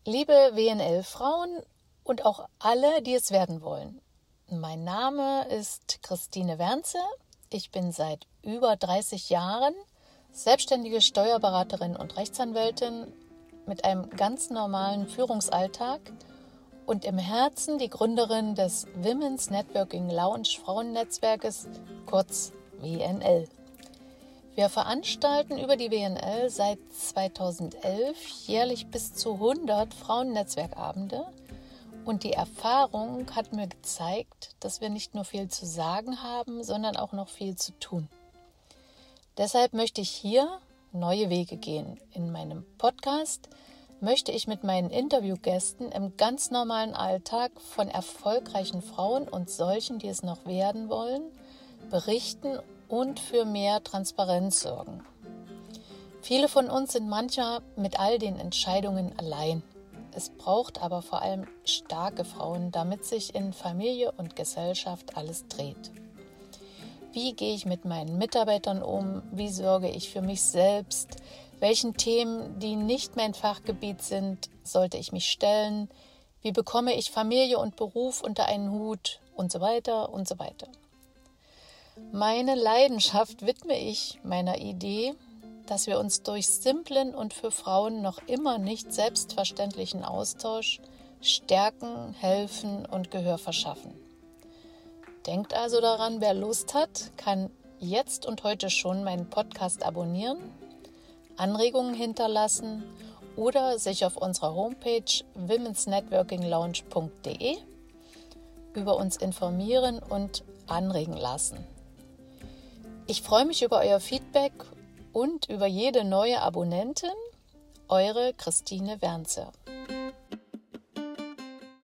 Liebe WNL-Frauen und auch alle, die es werden wollen. Mein Name ist Christine Wernze. Ich bin seit über 30 Jahren selbstständige Steuerberaterin und Rechtsanwältin mit einem ganz normalen Führungsalltag und im Herzen die Gründerin des Women's Networking Lounge Frauennetzwerkes, kurz WNL. Wir veranstalten über die WNL seit 2011 jährlich bis zu 100 Frauennetzwerkabende und die Erfahrung hat mir gezeigt, dass wir nicht nur viel zu sagen haben, sondern auch noch viel zu tun. Deshalb möchte ich hier neue Wege gehen. In meinem Podcast möchte ich mit meinen Interviewgästen im ganz normalen Alltag von erfolgreichen Frauen und solchen, die es noch werden wollen, berichten und für mehr Transparenz sorgen. Viele von uns sind manchmal mit all den Entscheidungen allein. Es braucht aber vor allem starke Frauen, damit sich in Familie und Gesellschaft alles dreht. Wie gehe ich mit meinen Mitarbeitern um? Wie sorge ich für mich selbst? Welchen Themen, die nicht mein Fachgebiet sind, sollte ich mich stellen? Wie bekomme ich Familie und Beruf unter einen Hut? Und so weiter und so weiter. Meine Leidenschaft widme ich meiner Idee, dass wir uns durch simplen und für Frauen noch immer nicht selbstverständlichen Austausch stärken, helfen und Gehör verschaffen. Denkt also daran, wer Lust hat, kann jetzt und heute schon meinen Podcast abonnieren, Anregungen hinterlassen oder sich auf unserer Homepage womensnetworkinglounge.de über uns informieren und anregen lassen. Ich freue mich über euer Feedback und über jede neue Abonnentin. Eure Christine Wernze.